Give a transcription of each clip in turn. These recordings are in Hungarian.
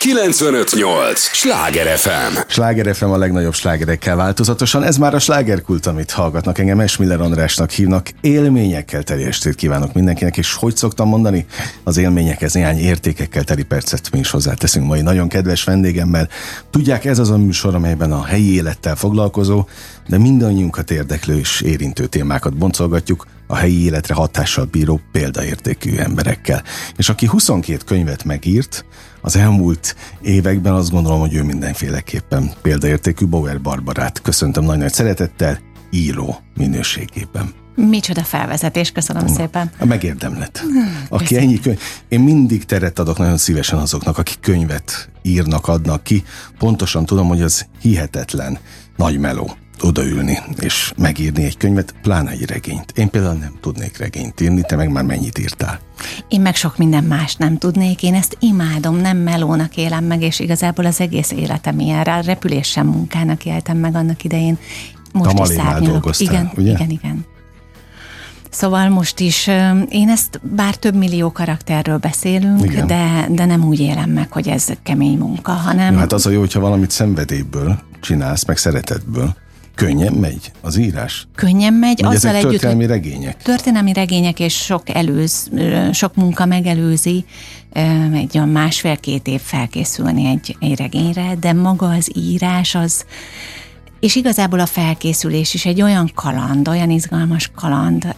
95.8 Sláger FM. Sláger FM a legnagyobb slágerekkel változatosan. Ez már a slágerkult, amit hallgatnak. Engem Esmiller Andrásnak hívnak. Élményekkel teli estét kívánok mindenkinek, és hogy szoktam mondani, az élményekhez néhány értékekkel teli percet mi is hozzáteszünk mai nagyon kedves vendégemmel. Tudják, ez az a műsor, amelyben a helyi élettel foglalkozó, de mindannyiunkat érdeklő és érintő témákat boncolgatjuk a helyi életre hatással bíró példaértékű emberekkel. És aki 22 könyvet megírt az elmúlt években, azt gondolom, hogy ő mindenféleképpen példaértékű. Bauer Barbarát köszöntöm nagy-nagy szeretettel, író minőségében. Micsoda felvezetés, köszönöm szépen. Megérdemlett. Aki ennyi könyv... Én mindig teret adok nagyon szívesen azoknak, akik könyvet írnak, adnak ki. Pontosan tudom, hogy az hihetetlen nagy meló odaülni és megírni egy könyvet, pláne egy regényt. Én például nem tudnék regényt írni, te meg már mennyit írtál? Én meg sok minden más nem tudnék, én ezt imádom, nem melónak élem meg, és igazából az egész életem ilyenre, repülésen munkának éltem meg annak idején. Most is szárnyalok. Igen, ugye? Igen. Szóval most is, én ezt bár több millió karakterről beszélünk, de nem úgy élem meg, hogy ez kemény munka, hanem... Jó, hát az a jó, hogyha valamit szenvedélyből csinálsz, meg szeretetből. Könnyen megy az írás? Könnyen megy. Azzal ezek együtt, történelmi regények? Történelmi regények, és sok munka megelőzi, egy olyan 1,5-2 év felkészülni egy regényre, de maga az írás az, és igazából a felkészülés is egy olyan kaland, olyan izgalmas kaland,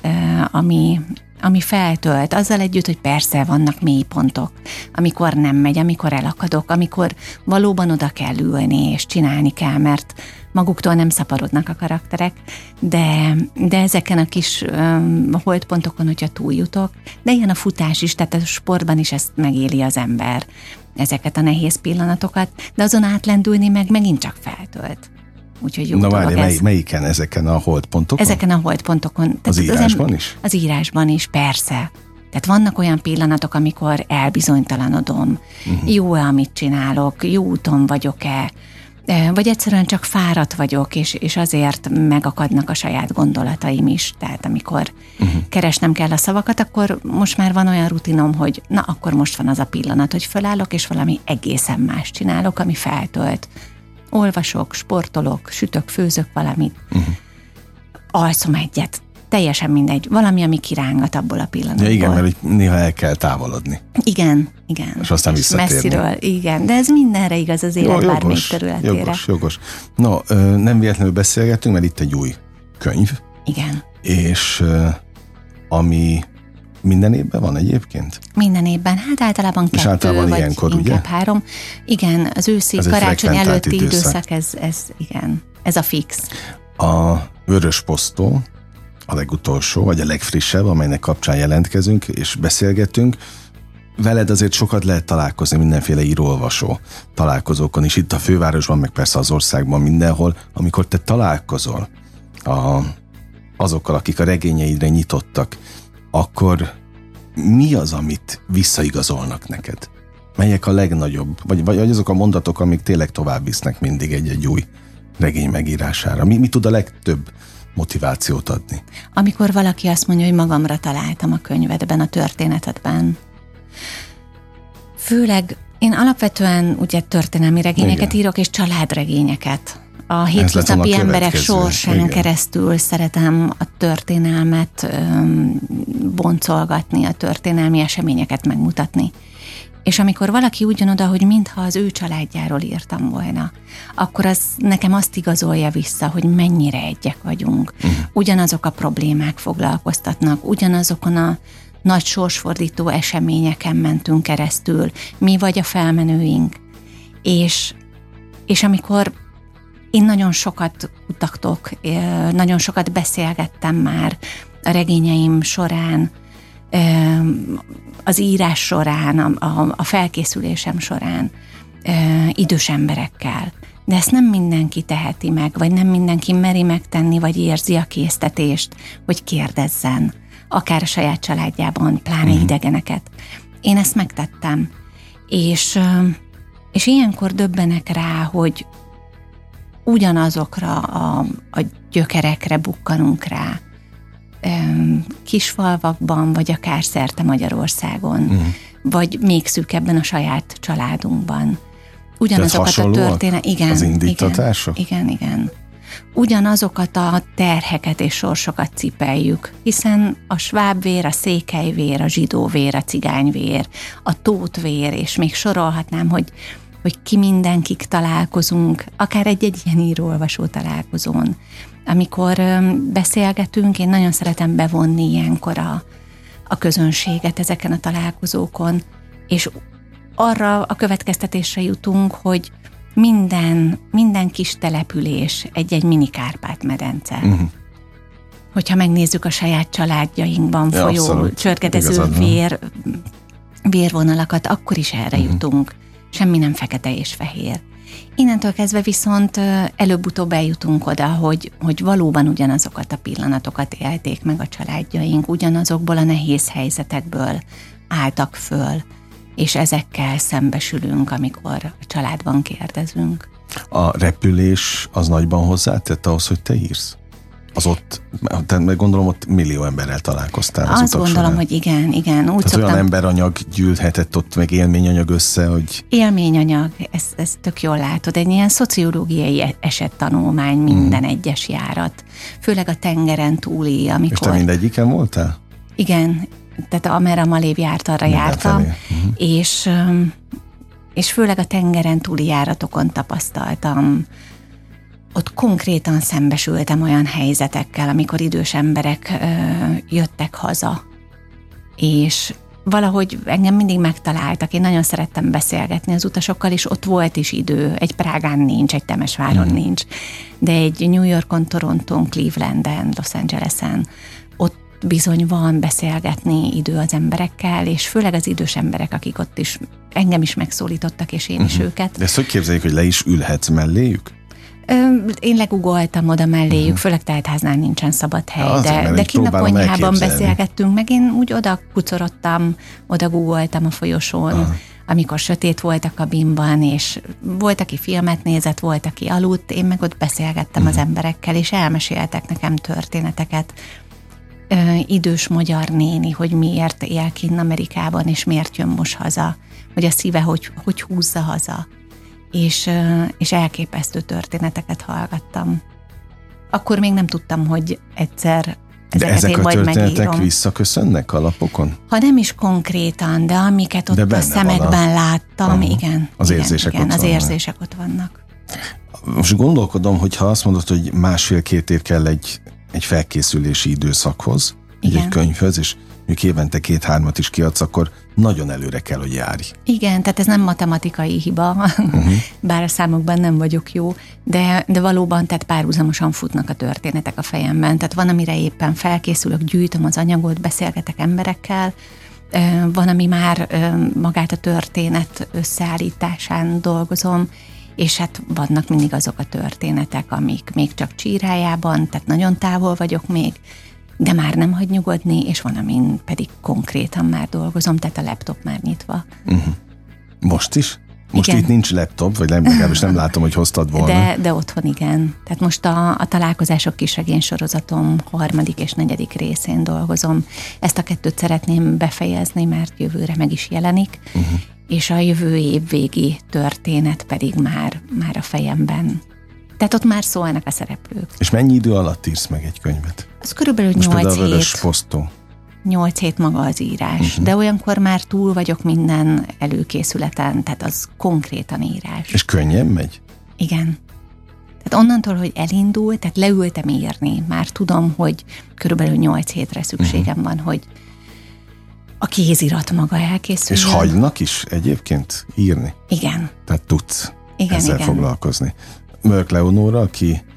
ami feltölt, azzal együtt, hogy persze vannak mélypontok, amikor nem megy, amikor elakadok, amikor valóban oda kell ülni és csinálni kell, mert maguktól nem szaporodnak a karakterek, de ezeken a kis holdpontokon, hogyha túljutok, de ilyen a futás is, tehát a sportban is ezt megéli az ember, ezeket a nehéz pillanatokat, de azon átlendülni meg megint csak feltölt. Úgyhogy jó. Na várj, melyiken ezeken a holdpontokon? Ezeken a holdpontokon. Az írásban is? Az írásban is, persze. Tehát vannak olyan pillanatok, amikor elbizonytalanodom. Jó-e, amit csinálok? Jó úton vagyok-e? Vagy egyszerűen csak fáradt vagyok, és azért megakadnak a saját gondolataim is. Tehát amikor keresnem kell a szavakat, akkor most már van olyan rutinom, hogy na, akkor most van az a pillanat, hogy fölállok, és valami egészen más csinálok, ami feltölt. Olvasok, sportolok, sütök, főzök valamit, alszom egyet, teljesen mindegy, valami, ami kirángat abból a pillanatból. Ja, igen, mert néha el kell távolodni. Igen. És aztán visszatérni. Messziről, igen, de ez mindenre igaz az élet bármelyik területére. Jogos. No, nem véletlenül beszélgetünk, mert itt egy új könyv. Igen. És ami minden évben van egyébként? Minden évben, hát általában 2 vagy ilyenkor, inkább 3. Igen, az őszi, karácsony előtti időszak, ez a fix. A Vörös Posztó a legutolsó, vagy a legfrissebb, amelynek kapcsán jelentkezünk és beszélgetünk. Veled azért sokat lehet találkozni mindenféle író-olvasó találkozókon is, itt a fővárosban, meg persze az országban mindenhol. Amikor te találkozol azokkal, akik a regényeidre nyitottak, akkor mi az, amit visszaigazolnak neked? Melyek a legnagyobb, vagy azok a mondatok, amik tényleg tovább visznek mindig egy új regény megírására? Mi tud a legtöbb motivációt adni? Amikor valaki azt mondja, hogy magamra találtam a könyvedben, a történetedben. Főleg én alapvetően ugye történelmi regényeket írok, és családregényeket. A hétköznapi emberek sorsán keresztül szeretem a történelmet boncolgatni, a történelmi eseményeket megmutatni. És amikor valaki úgy jön oda, hogy mintha az ő családjáról írtam volna, akkor az nekem azt igazolja vissza, hogy mennyire egyek vagyunk. Ugyanazok a problémák foglalkoztatnak, ugyanazokon a nagy sorsfordító eseményeken mentünk keresztül, mi vagy a felmenőink. És amikor én nagyon sokat kutattok, nagyon sokat beszélgettem már a regényeim során, az írás során, a felkészülésem során idős emberekkel. De ezt nem mindenki teheti meg, vagy nem mindenki meri megtenni, vagy érzi a késztetést, hogy kérdezzen, akár a saját családjában, pláne idegeneket. Én ezt megtettem. És ilyenkor döbbenek rá, hogy ugyanazokra a gyökerekre bukkanunk rá, kisfalvakban, vagy akár szerte Magyarországon, vagy még szűkebben a saját családunkban. ugyanazokat a történetek. Igen, az indítatások? Igen. Ugyanazokat a terheket és sorsokat cipeljük, hiszen a svábvér, a székelyvér, a zsidóvér, a cigányvér, a tótvér, és még sorolhatnám, hogy ki mindenkik találkozunk, akár egy ilyen író-olvasó találkozón. Amikor beszélgetünk, én nagyon szeretem bevonni ilyenkor a közönséget ezeken a találkozókon, és arra a következtetésre jutunk, hogy minden kis település egy mini Kárpát-medence. Uh-huh. Hogyha megnézzük a saját családjainkban folyó csörgedező vérvonalakat, akkor is erre jutunk. Semmi nem fekete és fehér. Innentől kezdve viszont előbb-utóbb eljutunk oda, hogy valóban ugyanazokat a pillanatokat élték meg a családjaink, ugyanazokból a nehéz helyzetekből álltak föl, és ezekkel szembesülünk, amikor a családban kérdezünk. A repülés az nagyban hozzátett ahhoz, hogy te írsz? Az ott, gondolom, ott millió emberrel találkoztál az utak során. Azt gondolom, hogy igen. Úgy tehát olyan emberanyag gyűlhetett ott, meg élményanyag össze, hogy... Élményanyag, ezt tök jól látod. Egy ilyen szociológiai esettanulmány minden egyes járat. Főleg a tengeren túli, amikor... És te mindegyiken voltál? Igen, tehát amerre a Malév járt, arra jártam, és főleg a tengeren túli járatokon tapasztaltam. Ott konkrétan szembesültem olyan helyzetekkel, amikor idős emberek jöttek haza, és valahogy engem mindig megtaláltak. Én nagyon szerettem beszélgetni az utasokkal, és ott volt is idő. Egy Prágán nincs, egy Temesváron nincs, de egy New Yorkon, Toronton, Clevelanden, Los Angelesen, ott bizony van beszélgetni idő az emberekkel, és főleg az idős emberek, akik ott is engem is megszólítottak, és én is őket. De ezt hogy képzeljük, hogy le is ülhetsz melléjük? Én legugoltam oda melléjük, főleg teltháznál nincsen szabad hely, de kint a konyhában beszélgettünk, meg én úgy oda kucorodtam, oda googoltam a folyosón, amikor sötét volt a kabinban, és volt, aki filmet nézett, volt, aki aludt, én meg ott beszélgettem az emberekkel, és elmeséltek nekem történeteket. Idős magyar néni, hogy miért él kinn Amerikában, és miért jön most haza, hogy a szíve hogy húzza haza. És elképesztő történeteket hallgattam. Akkor még nem tudtam, hogy egyszer ezeket én majd megírom. De ezek a történetek visszaköszönnek a lapokon? Ha nem is konkrétan, de amiket ott a szemekben láttam, igen. Az érzések ott vannak. Az érzések ott vannak. Most gondolkodom, hogy ha azt mondod, hogy 1,5-2 év kell egy felkészülési időszakhoz, egy könyvhöz, és mondjuk évente 2-3 is kiadsz, akkor nagyon előre kell, hogy járj. Igen, tehát ez nem matematikai hiba, bár a számokban nem vagyok jó, de valóban tehát párhuzamosan futnak a történetek a fejemben. Tehát van, amire éppen felkészülök, gyűjtöm az anyagot, beszélgetek emberekkel, van, ami már magát a történet összeállításán dolgozom, és hát vannak mindig azok a történetek, amik még csak csírájában, tehát nagyon távol vagyok még, de már nem hagy nyugodni, és van, amin pedig konkrétan már dolgozom, tehát a laptop már nyitva. Most is? Most igen. Itt nincs laptop, vagy legalábbis nem látom, hogy hoztad volna. De otthon igen. Tehát most a találkozások kisregény sorozatom 3. és 4. részén dolgozom. Ezt a 2 szeretném befejezni, mert jövőre meg is jelenik, és a jövő év végi történet pedig már a fejemben. Tehát ott már szólnak a szereplők. És mennyi idő alatt írsz meg egy könyvet? Az körülbelül 8 hét. 8 hét maga az írás, de olyankor már túl vagyok minden előkészületen, tehát az konkrétan írás. És könnyen megy? Igen. Tehát onnantól, hogy elindul, tehát leültem írni, már tudom, hogy körülbelül 8 hétre szükségem van, hogy a kézirat maga elkészüljön. És hagynak is egyébként írni? Igen. Tehát tudsz ezzel foglalkozni. Mörk Leonóra,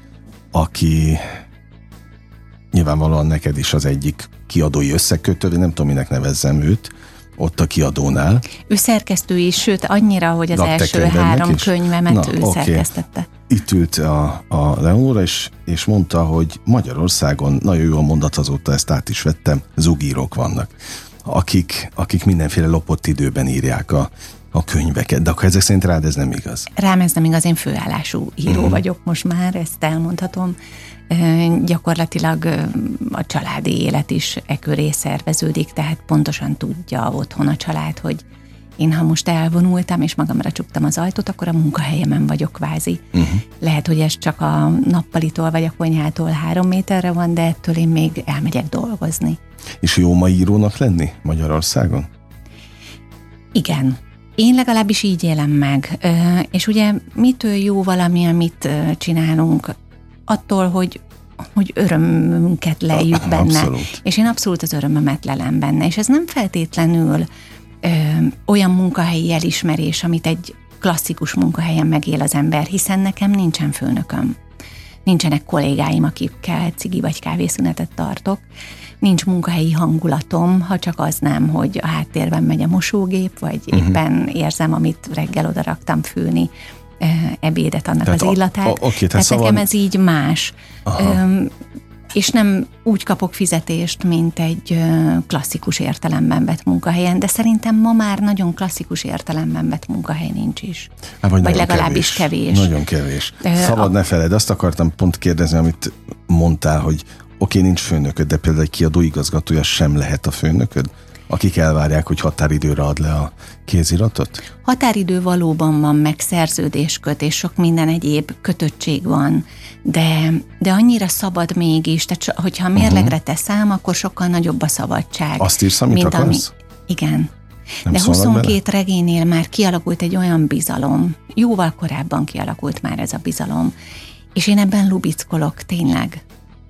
aki nyilvánvalóan neked is az egyik kiadói összekötő, nem tudom, minek nevezzem őt, ott a kiadónál. Ő szerkesztő is, sőt annyira, hogy az első 3 könyvemet ő szerkesztette. Itt ült a Leonóra, és mondta, hogy Magyarországon, nagyon jó a mondat, azóta ezt át is vettem, zugírók vannak, akik mindenféle lopott időben írják a könyveket, de akkor ezek szerint rád ez nem igaz? Rám ez nem igaz, én főállású író vagyok most már, ezt elmondhatom. Gyakorlatilag a családi élet is e köré szerveződik, tehát pontosan tudja otthon a család, hogy Én ha most elvonultam, és magamra csuktam az ajtót, akkor a munkahelyemen vagyok kvázi. Lehet, hogy ez csak a nappalitól vagy a konyhától 3 méterre van, de ettől én még elmegyek dolgozni. És jó ma írónak lenni Magyarországon? Igen. Én legalábbis így élem meg. És ugye mitől jó valami, amit csinálunk? Attól, hogy örömünket lejjük benne. Abszolút. És én abszolút az örömömet lelem benne. És ez nem feltétlenül olyan munkahelyi elismerés, amit egy klasszikus munkahelyen megél az ember, hiszen nekem nincsen főnököm. Nincsenek kollégáim, akikkel cigi vagy kávészünetet tartok. Nincs munkahelyi hangulatom, ha csak az nem, hogy a háttérben megy a mosógép, vagy éppen érzem, amit reggel oda raktam főni, ebédet, annak tehát az illatát. Tehát nekem ez így más. És nem úgy kapok fizetést, mint egy klasszikus értelemben vett munkahelyen, de szerintem ma már nagyon klasszikus értelemben vett munkahely nincs is. Vagy legalábbis kevés. Nagyon kevés. Szabad ne feled, azt akartam pont kérdezni, amit mondtál, hogy oké, nincs főnököd, de például egy kiadóigazgatója sem lehet a főnököd, akik elvárják, hogy határidőre ad le a kéziratot? Határidő valóban van, meg szerződésköt, és sok minden egyéb kötöttség van, de annyira szabad mégis, tehát hogyha mérlegre teszem, akkor sokkal nagyobb a szabadság. Azt írsz, amit akarsz? Igen. Nem de 22 regénynél már kialakult egy olyan bizalom, jóval korábban kialakult már ez a bizalom, és én ebben lubickolok, tényleg.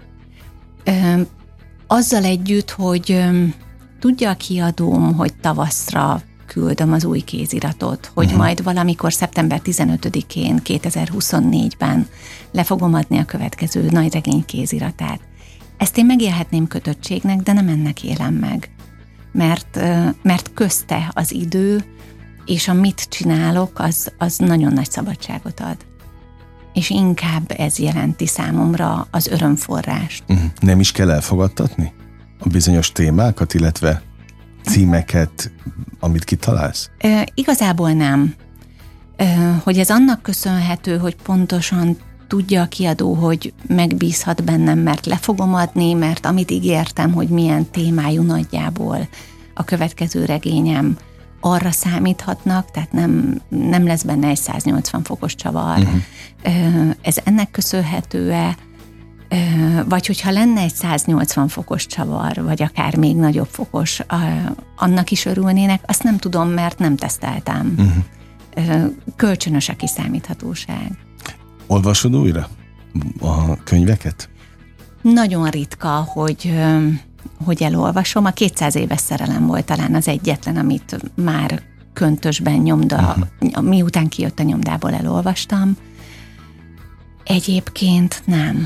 Azzal együtt, hogy tudja a kiadóm, hogy tavaszra küldöm az új kéziratot, hogy majd valamikor szeptember 15-én 2024-ben le fogom adni a következő nagyregény kéziratát. Ezt én megélhetném kötöttségnek, de nem ennek élem meg. Mert közte az idő, és amit csinálok, az nagyon nagy szabadságot ad. És inkább ez jelenti számomra az örömforrást. Nem is kell elfogadtatni a bizonyos témákat, illetve címeket, amit kitalálsz? Igazából nem. Hogy ez annak köszönhető, hogy pontosan tudja a kiadó, hogy megbízhat bennem, mert le fogom adni, mert amit ígértem, hogy milyen témájú nagyjából a következő regényem, arra számíthatnak, tehát nem lesz benne egy 180 fokos csavar. Ez ennek köszönhető-e, vagy hogyha lenne egy 180 fokos csavar, vagy akár még nagyobb fokos, annak is örülnének, azt nem tudom, mert nem teszteltem. Kölcsönös a kiszámíthatóság. Olvasod újra a könyveket? Nagyon ritka, hogy elolvasom. A 200 éves szerelem volt talán az egyetlen, amit már köntösben nyomda, miután kijött a nyomdából, elolvastam. Egyébként nem.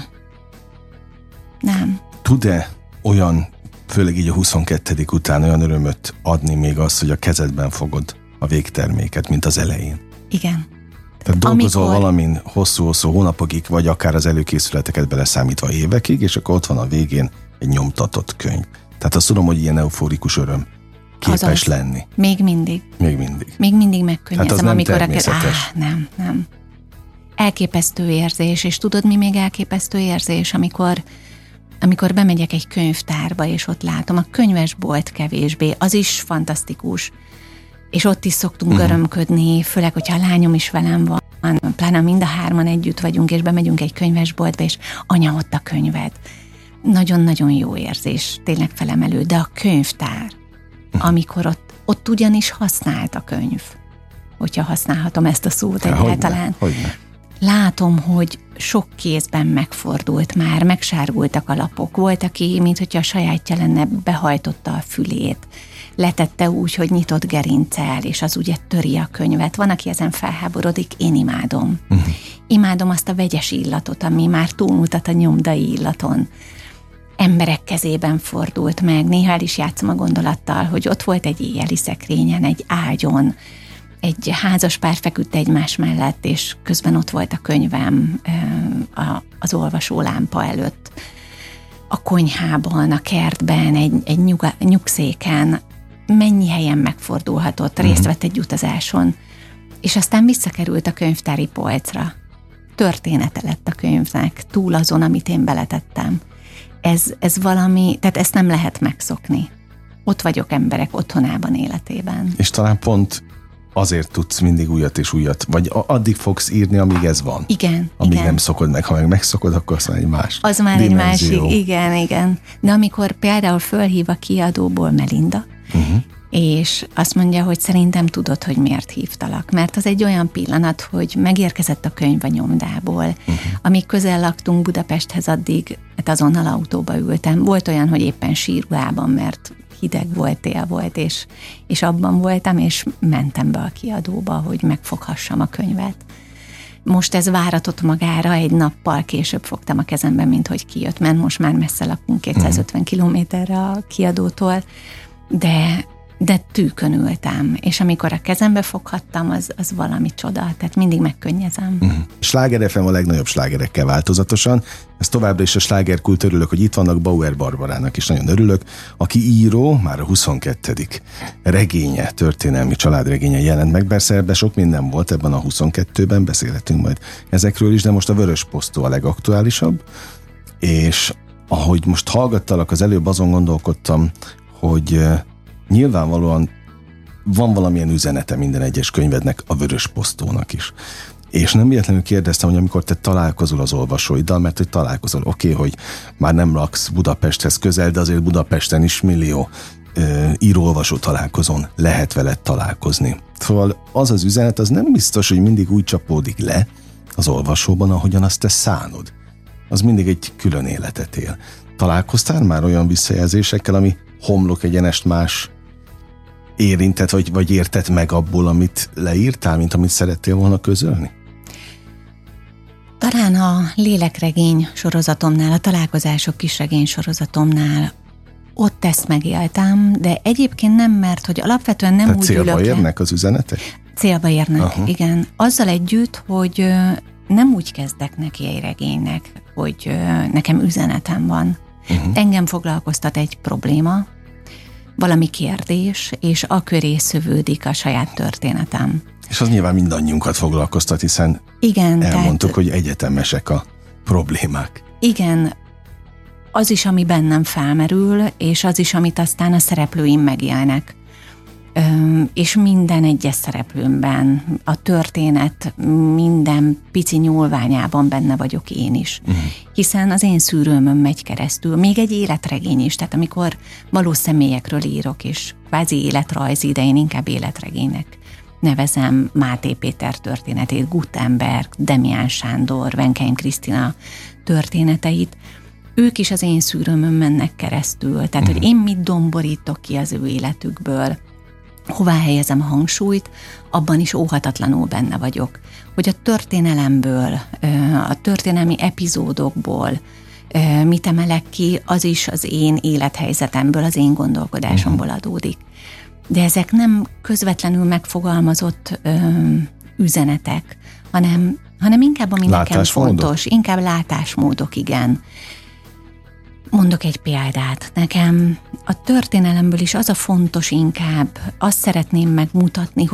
Tud-e olyan, főleg így a 22. után olyan örömöt adni még azt, hogy a kezedben fogod a végterméket, mint az elején? Igen. Tehát dolgozol valamin hosszú-hosszú hónapokig, vagy akár az előkészületeket beleszámítva évekig, és akkor ott van a végén egy nyomtatott könyv. Tehát azt tudom, hogy ilyen euforikus öröm képes lenni. Még mindig. Még mindig megkönnyezem, hát amikor nem. Elképesztő érzés, és tudod, mi még elképesztő érzés, amikor bemegyek egy könyvtárba, és ott látom, a könyvesbolt kevésbé, az is fantasztikus, és ott is szoktunk örömködni, főleg, hogyha a lányom is velem van, pláne mind a hárman együtt vagyunk, és bemegyünk egy könyvesboltba, és anya, ott a könyved. Nagyon-nagyon jó érzés, tényleg felemelő, de a könyvtár, amikor ott ugyanis használt a könyv, hogyha használhatom ezt a szót egyáltalán. Hogyne. Látom, hogy sok kézben megfordult már, megsárgultak a lapok. Volt, aki, mintha a sajátja lenne, behajtotta a fülét, letette úgy, hogy nyitott gerinccel, és az ugye töri a könyvet. Van, aki ezen felháborodik, én imádom. Imádom azt a vegyes illatot, ami már túlmutat a nyomdai illaton. Emberek kezében fordult meg, néha el is játszom a gondolattal, hogy ott volt egy éjjeli szekrényen, egy ágyon, egy házas pár feküdt egymás mellett, és közben ott volt a könyvem az olvasólámpa előtt. A konyhában, a kertben, egy nyugszéken, mennyi helyen megfordulhatott, részt vett egy utazáson, és aztán visszakerült a könyvtári polcra. Története lett a könyvnek, túl azon, amit én beletettem. Ez valami, tehát ezt nem lehet megszokni. Ott vagyok emberek otthonában, életében. És talán pont azért tudsz mindig újat és újat, vagy addig fogsz írni, amíg ez van. Igen. Amíg igen. nem szokod meg, ha meg megszokod, akkor az már egy más Az már dimenzió. egy másik, igen. De amikor például fölhív a kiadóból Melinda, és azt mondja, hogy szerintem tudod, hogy miért hívtalak. Mert az egy olyan pillanat, hogy megérkezett a könyv a nyomdából. Amíg közel laktunk Budapesthez, addig hát azonnal autóba ültem. Volt olyan, hogy éppen sírruhában, mert hideg volt, tél volt, és abban voltam, és mentem be a kiadóba, hogy megfoghassam a könyvet. Most ez váratott magára, egy nappal később fogtam a kezembe, mint hogy kijött, mert most már messze lakunk, 250 kilométerre a kiadótól, de tűkön ültem, és amikor a kezembe foghattam, az valami csoda, tehát mindig megkönnyezem. Sláger FM a legnagyobb slágerekkel változatosan. Ez továbbra is a slágerkult, örülök, hogy itt vannak. Bauer Barbarának is nagyon örülök, aki író, már a 22. regénye, történelmi családregénye jelent meg. Persze ebben sok minden volt, ebben a 22-ben beszélhetünk majd ezekről is, de most a Vörösposztó a legaktuálisabb, és ahogy most hallgattalak, az előbb azon gondolkodtam, hogy nyilvánvalóan van valamilyen üzenete minden egyes könyvednek, a Vörösposztónak is. És nem véletlenül kérdeztem, hogy amikor te találkozol az olvasóiddal, mert hogy találkozol, oké, hogy már nem laksz Budapesthez közel, de azért Budapesten is millió író-olvasó találkozón lehet veled találkozni. Szóval az az üzenet, az nem biztos, hogy mindig úgy csapódik le az olvasóban, ahogyan azt te szánod. Az mindig egy külön életet él. Találkoztál már olyan visszajelzésekkel, ami homlok egyenest más érintett, vagy értett meg abból, amit leírtál, mint amit szerettél volna közölni? Talán a lélekregény sorozatomnál, a találkozások kisregény sorozatomnál ott ezt megéltem, de egyébként nem, mert hogy alapvetően nem tehát úgy ülök le. Célba érnek az üzenetek? Célba érnek, igen. Azzal együtt, hogy nem úgy kezdek neki egy regénynek, hogy nekem üzenetem van. Engem foglalkoztat egy probléma, valami kérdés, és a köré szövődik a saját történetem. És az nyilván mindannyiunkat foglalkoztat, hiszen igen, elmondtuk, hogy egyetemesek a problémák. Igen, az is, ami bennem felmerül, és az is, amit aztán a szereplőim megélnek. És minden egyes szereplőmben, a történet minden pici nyúlványában benne vagyok én is. Hiszen az én szűrőmön megy keresztül, még egy életregény is, tehát amikor valós személyekről írok, és kvázi életrajzi, de én inkább életregénynek nevezem Máté Péter történetét, Gutenberg, Demián Sándor, Venkheim Krisztina történeteit, ők is az én szűrőmön mennek keresztül, tehát hogy én mit domborítok ki az ő életükből, hová helyezem a hangsúlyt, abban is óhatatlanul benne vagyok. Hogy a történelemből, a történelmi epizódokból mit emelek ki, az is az én élethelyzetemből, az én gondolkodásomból adódik. De ezek nem közvetlenül megfogalmazott üzenetek, hanem inkább ami nekem fontos, inkább látásmódok, igen. Mondok egy példát. Nekem a történelemből is az a fontos inkább, azt szeretném megmutatni,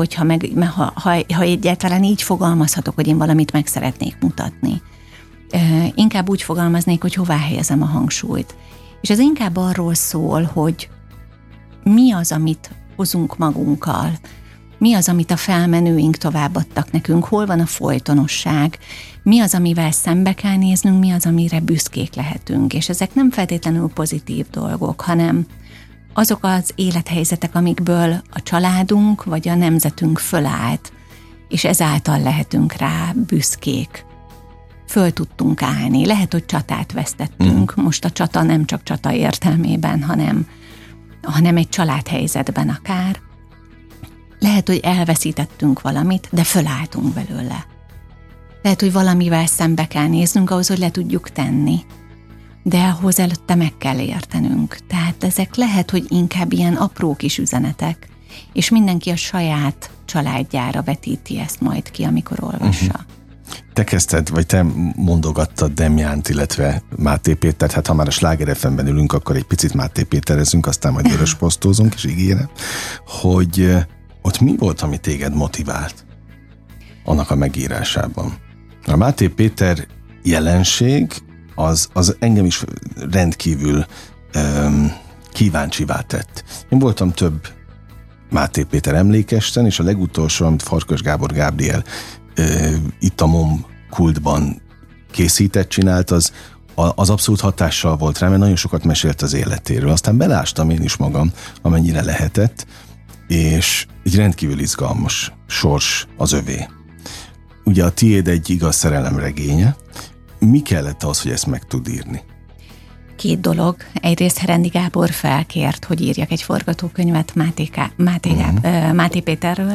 ha egyáltalán így fogalmazhatok, hogy én valamit meg szeretnék mutatni. Inkább úgy fogalmaznék, hogy hová helyezem a hangsúlyt. És ez inkább arról szól, hogy mi az, amit hozunk magunkkal, mi az, amit a felmenőink továbbadtak nekünk, hol van a folytonosság, mi az, amivel szembe kell néznünk, mi az, amire büszkék lehetünk. És ezek nem feltétlenül pozitív dolgok, hanem azok az élethelyzetek, amikből a családunk vagy a nemzetünk fölállt, és ezáltal lehetünk rá büszkék. Föl tudtunk állni. Lehet, hogy csatát vesztettünk. Most a csata nem csak csata értelmében, hanem egy családhelyzetben akár. Lehet, hogy elveszítettünk valamit, de fölálltunk belőle. Lehet, hogy valamivel szembe kell néznünk ahhoz, hogy le tudjuk tenni. De ahhoz előtte meg kell értenünk. Tehát ezek lehet, hogy inkább ilyen apró kis üzenetek, és mindenki a saját családjára vetíti ezt majd ki, amikor olvassa. Te kezdted, vagy te mondogattad Demjánt, illetve Máté Pétert, hát ha már a Sláger FM-ben ülünk, akkor egy picit Máté Péterezünk, aztán majd Vörösposztózunk, és ígérem, hogy ott mi volt, ami téged motivált annak a megírásában? A Máté Péter jelenség az engem is rendkívül kíváncsivá tett. Én voltam több Máté Péter emlékesten, és a legutolsó, amit Farkas Gábor Gábriel itt a MOM kultban készített, csinált, az abszolút hatással volt rá, mert nagyon sokat mesélt az életéről. Aztán belástam én is magam, amennyire lehetett, és egy rendkívül izgalmas sors az övé. Ugye a tiéd egy igaz szerelem regénye. Mi kellett ahhoz, hogy ezt meg tud írni? 2 dolog. Egyrészt Herendi Gábor felkért, hogy írjak egy forgatókönyvet Máté Péterről.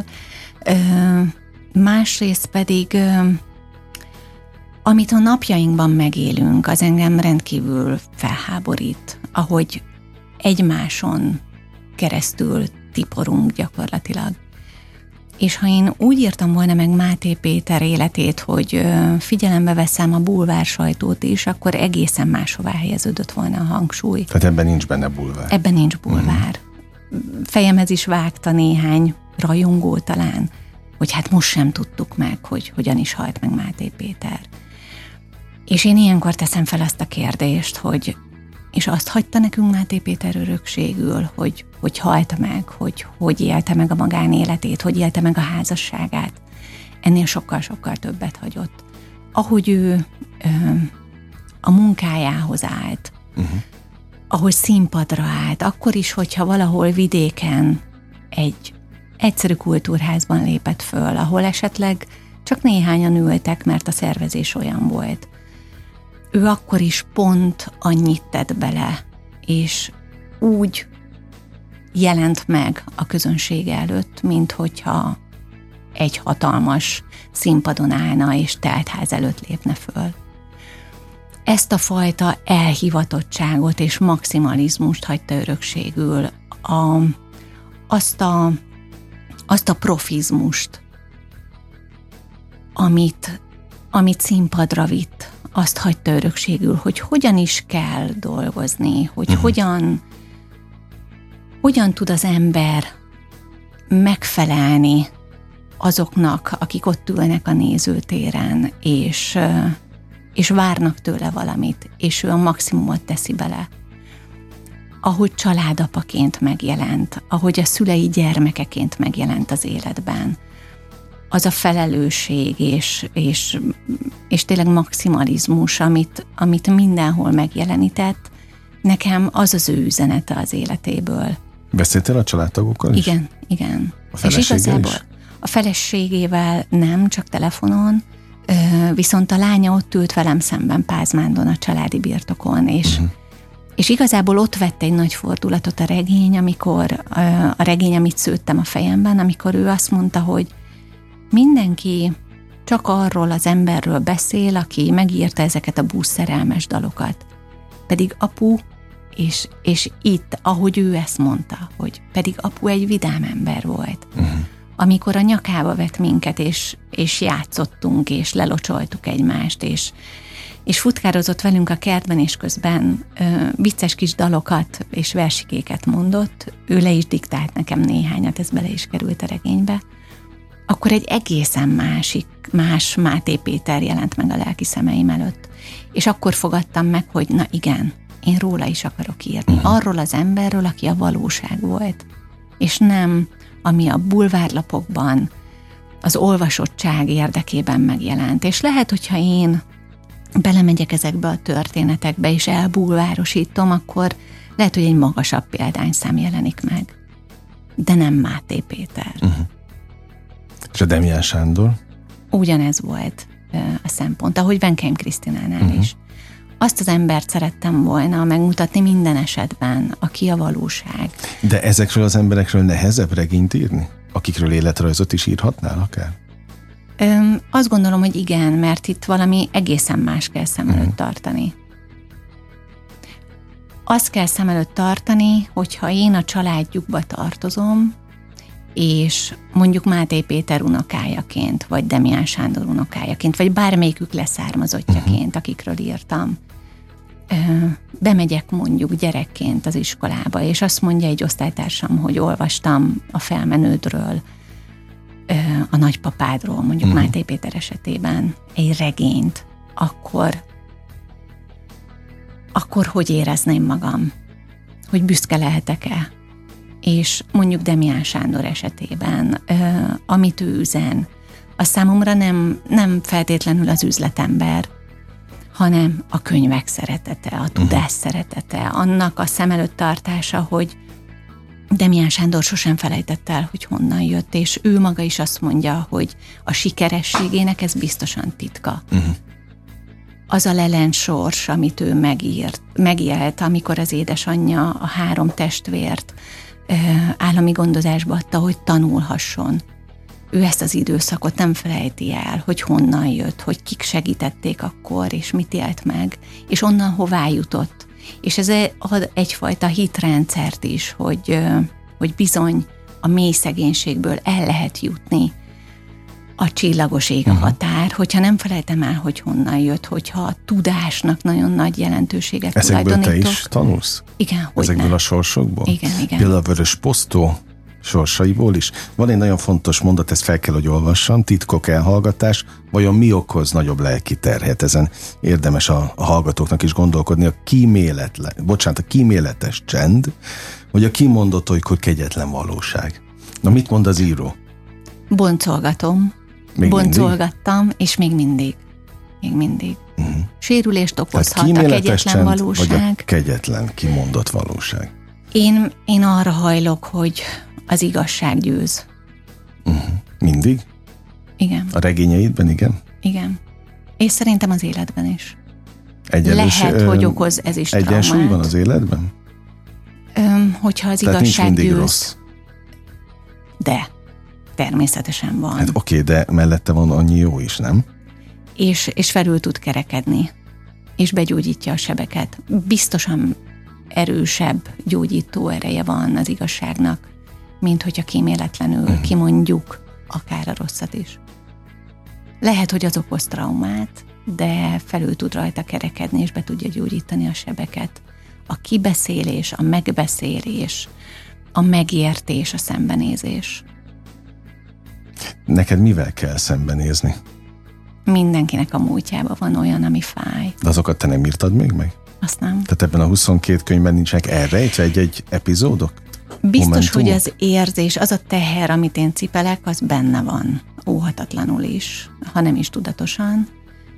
Másrészt pedig, amit a napjainkban megélünk, az engem rendkívül felháborít, ahogy egymáson keresztül tiporunk gyakorlatilag. És ha én úgy írtam volna meg Máté Péter életét, hogy figyelembe veszem a bulvár sajtót is, akkor egészen máshová helyeződött volna a hangsúly. Tehát ebben nincs benne bulvár. Ebben nincs bulvár. Fejemhez is vágta néhány rajongó talán, hogy hát most sem tudtuk meg, hogy hogyan is halt meg Máté Péter. És én ilyenkor teszem fel azt a kérdést, és azt hagyta nekünk Máté Péter örökségül, hogy halt meg, hogy élte meg a magánéletét, hogy élte meg a házasságát. Ennél sokkal-sokkal többet hagyott. Ahogy ő a munkájához állt, ahogy színpadra állt, akkor is, hogyha valahol vidéken egy egyszerű kultúrházban lépett föl, ahol esetleg csak néhányan ültek, mert a szervezés olyan volt. Ő akkor is pont annyit tett bele, és úgy jelent meg a közönség előtt, mint hogyha egy hatalmas színpadon állna és teltház előtt lépne föl. Ezt a fajta elhivatottságot és maximalizmust hagyta örökségül, azt a profizmust, amit színpadra vitt, azt hagyta örökségül, hogy hogyan is kell dolgozni, hogy hogyan tud az ember megfelelni azoknak, akik ott ülnek a nézőtéren, és várnak tőle valamit, és ő a maximumot teszi bele. Ahogy családapaként megjelent, ahogy a szülei gyermekeként megjelent az életben, az a felelősség és tényleg maximalizmus, amit mindenhol megjelenített, nekem az az ő üzenete az életéből. Beszéltél a családtagokkal is? Igen. A feleségével is? A feleségével nem, csak telefonon, viszont a lánya ott ült velem szemben Pázmándon a családi birtokon, és igazából ott vett egy nagy fordulatot a regény, a regény, amit szőttem a fejemben, amikor ő azt mondta, hogy mindenki csak arról az emberről beszél, aki megírta ezeket a búszerelmes dalokat. Pedig apu, és itt, ahogy ő ezt mondta, hogy pedig apu egy vidám ember volt. Amikor a nyakába vett minket, és játszottunk, és lelocsoltuk egymást, és futkározott velünk a kertben, és közben vicces kis dalokat és versikéket mondott, ő le is diktált nekem néhányat, ez bele is került a regénybe, akkor egy egészen más Máté Péter jelent meg a lelki szemeim előtt. És akkor fogadtam meg, hogy na igen, én róla is akarok írni. Arról az emberről, aki a valóság volt. És nem, ami a bulvárlapokban az olvasottság érdekében megjelent. És lehet, hogyha én belemegyek ezekbe a történetekbe, és elbulvárosítom, akkor lehet, hogy egy magasabb példányszám jelenik meg. De nem Máté Péter. És a Demján Sándor? Ugyanez volt a szempont, ahogy Venkheim Krisztinánál is. Azt az embert szerettem volna megmutatni minden esetben, aki a valóság. De ezekről az emberekről nehezebb regényt írni? Akikről életrajzot is írhatnál akár? Azt gondolom, hogy igen, mert itt valami egészen más kell szem előtt tartani. Azt kell szem előtt tartani, hogyha én a családjukba tartozom, és mondjuk Máté Péter unokájaként, vagy Demján Sándor unokájaként, vagy bármelyikük leszármazottjaként, akikről írtam, bemegyek mondjuk gyerekként az iskolába, és azt mondja egy osztálytársam, hogy olvastam a Felmenődről, a nagypapádról, mondjuk Máté Péter esetében egy regényt, akkor hogy érezném magam? Hogy büszke lehetek-e? és mondjuk Demián Sándor esetében, amit ő üzen, az számomra nem feltétlenül az üzletember, hanem a könyvek szeretete, a tudás szeretete, annak a szem előtt tartása, hogy Demián Sándor sosem felejtett el, hogy honnan jött, és ő maga is azt mondja, hogy a sikerességének ez biztosan titka. Az a lelent sors, amit ő megélt, amikor az édesanyja a 3 testvért állami gondozásba adta, hogy tanulhasson. Ő ezt az időszakot nem felejti el, hogy honnan jött, hogy kik segítették akkor, és mit élt meg, és onnan hová jutott. És ez ad egyfajta hitrendszert is, hogy bizony a mély szegénységből el lehet jutni a csillagos ég a határ, hogyha nem felejtem el, hogy honnan jött, hogyha a tudásnak nagyon nagy jelentőséget tulajdonítok. Ezekből te is tanulsz? Igen, ezekből a sorsokból? Igen. Például a Vörösposztó sorsaiból is. Van egy nagyon fontos mondat, ezt fel kell, hogy olvassam, titkok, elhallgatás, vajon mi okoz nagyobb lelki terhet? Ezen érdemes a hallgatóknak is gondolkodni. A kíméletes csend, vagy a kimondott olykor kegyetlen valóság. Na, mit mond az író? Boncolgatom. Boncolgattam, és még mindig. Sérülést okozhat a kegyetlen valóság. Vagy a kegyetlen, kimondott valóság. Én arra hajlok, hogy az igazság győz. Mindig? Igen. A regényeidben, igen? Igen. És szerintem az életben is. Lehet, hogy okoz ez is traumát. Egyensúly van az életben? Hogyha az tehát igazság nincs mindig győz. rossz. De. Természetesen van. Hát oké, de mellette van annyi jó is, nem? És felül tud kerekedni. És begyógyítja a sebeket. Biztosan erősebb gyógyító ereje van az igazságnak, mint hogyha kíméletlenül kimondjuk akár a rosszat is. Lehet, hogy az okoz traumát, de felül tud rajta kerekedni, és be tudja gyógyítani a sebeket. A kibeszélés, a megbeszélés, a megértés, a szembenézés. Neked mivel kell szembenézni? Mindenkinek a múltjában van olyan, ami fáj. De azokat te nem írtad még meg? Azt nem. Tehát ebben a 22 könyvben nincsenek elrejtve egy epizódok? Biztos, momentumok? hogy az érzés, az a teher, amit én cipelek, az benne van. Óhatatlanul is, ha nem is tudatosan,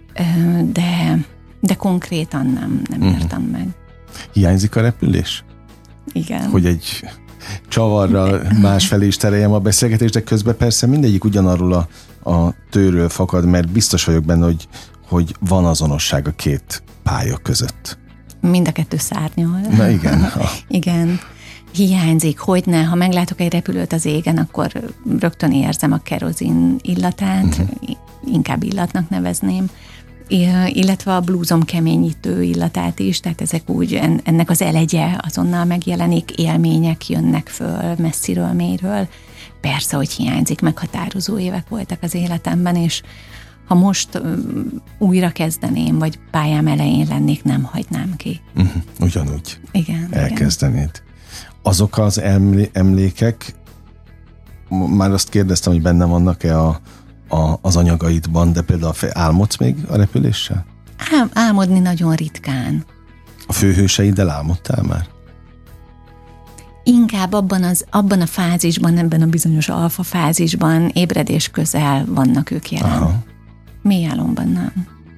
de konkrétan nem írtam meg. Hiányzik a repülés? Igen. Hogy egy csavarral másfelé is tereljem a beszélgetést, de közben persze mindegyik ugyanarról a tőről fakad, mert biztos vagyok benne, hogy van azonosság a két pálya között. Mind a kettő szárnyal. Na igen. Igen. Hiányzik, hogyne, ha meglátok egy repülőt az égen, akkor rögtön érzem a kerozin illatát, inkább illatnak nevezném, illetve a blúzom keményítő illatát is, tehát ezek úgy, ennek az elegye azonnal megjelenik, élmények jönnek föl messziről, mélyről. Persze, hogy hiányzik, meghatározó évek voltak az életemben, és ha most újra kezdeném, vagy pályám elején lennék, nem hagynám ki. Ugyanúgy. Igen. Elkezdenéd. Igen. Azok az emlékek, már azt kérdeztem, hogy benne vannak-e az anyagaidban, de például álmodsz még a repüléssel? Álmodni nagyon ritkán. A főhőseiddel álmodtál már? Inkább abban a fázisban, ebben a bizonyos alfa fázisban, ébredés közel vannak ők jelen. Aha. Mély álomban nem.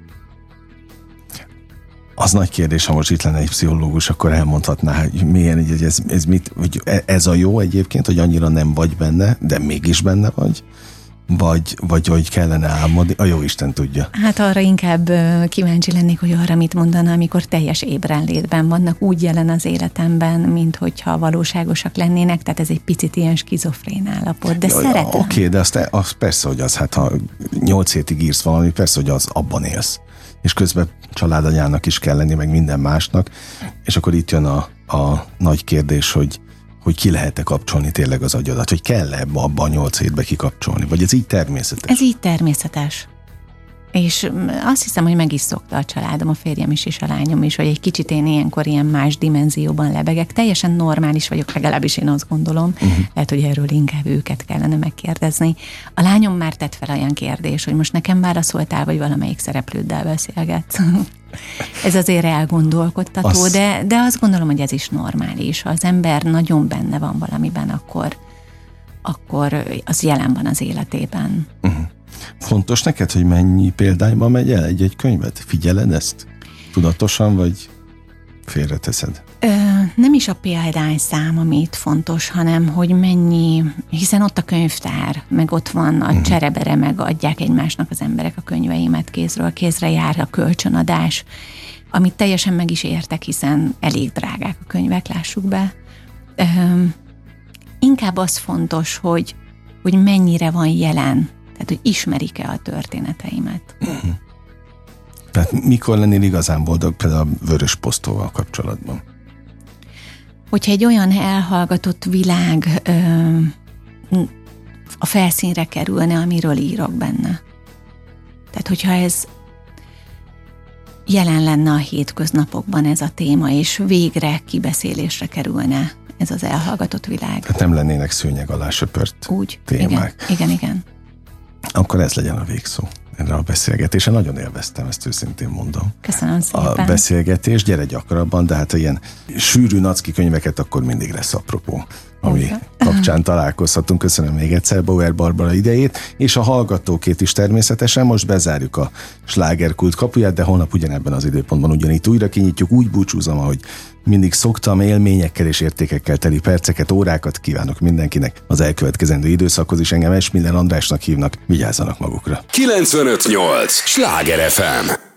Az nagy kérdés, ha most itt lenne egy pszichológus, akkor elmondhatná, hogy milyen, hogy ez mit, hogy ez a jó egyébként, hogy annyira nem vagy benne, de mégis benne vagy hogy kellene álmodni, a jóisten tudja. Hát arra inkább kíváncsi lennék, hogy arra mit mondana, amikor teljes ébrenlétben vannak, úgy jelen az életemben, mint hogyha valóságosak lennének, tehát ez egy picit ilyen skizofrén állapot, de szeretem. Oké, de azt persze, hogy az, hát ha 8 hétig írsz valami, persze, hogy az abban élsz. És közben családanyának is kell lenni, meg minden másnak, és akkor itt jön a nagy kérdés, hogy ki lehet-e kapcsolni tényleg az agyadat, hogy kell-e abban a 8 hétbe kikapcsolni, vagy ez így természetes? Ez így természetes. És azt hiszem, hogy meg is szokta a családom, a férjem is és a lányom is, hogy egy kicsit én ilyenkor ilyen más dimenzióban lebegek. Teljesen normális vagyok, legalábbis én azt gondolom. Lehet, hogy erről inkább őket kellene megkérdezni. A lányom már tett fel olyan kérdés, hogy most nekem válaszoltál, vagy valamelyik szereplőddel beszélgetsz. Ez azért elgondolkodtató, de azt gondolom, hogy ez is normális. Ha az ember nagyon benne van valamiben, akkor az jelen van az életében. Fontos neked, hogy mennyi példányban megy el egy könyvet? Figyeled ezt? Tudatosan, vagy félreteszed? Nem is a példányszám, ami itt fontos, hanem hogy mennyi, hiszen ott a könyvtár, meg ott van a cserebere, meg adják egymásnak az emberek a könyveimet, kézről kézre jár a kölcsönadás, amit teljesen meg is értek, hiszen elég drágák a könyvek, lássuk be. Inkább az fontos, hogy mennyire van jelen, tehát hogy ismerik-e a történeteimet. Tehát mikor lennél igazán boldog például a Vörös Posztóval kapcsolatban? Hogyha egy olyan elhallgatott világ a felszínre kerülne, amiről írok benne. Tehát, hogyha ez jelen lenne a hétköznapokban ez a téma, és végre kibeszélésre kerülne ez az elhallgatott világ. Tehát nem lennének szőnyeg alá söpört témák. Igen. Akkor ez legyen a végszó erre a beszélgetésre. Nagyon élveztem, ezt őszintén mondom. Köszönöm szépen. A beszélgetés, gyere gyakrabban, de hát ilyen sűrű nacki könyveket akkor mindig lesz apropó, ami kapcsán találkozhatunk. Köszönöm még egyszer Bauer Barbara idejét, és a hallgatókét is természetesen. Most bezárjuk a slágerkult kapuját, de holnap ugyanebben az időpontban ugyanígy újra kinyitjuk. Úgy búcsúzom, ahogy mindig szoktam, élményekkel és értékekkel teli perceket, órákat kívánok mindenkinek az elkövetkezendő időszakhoz is. Engem Esmiller Andrásnak hívnak, vigyázzanak magukra. 95.8 Sláger FM.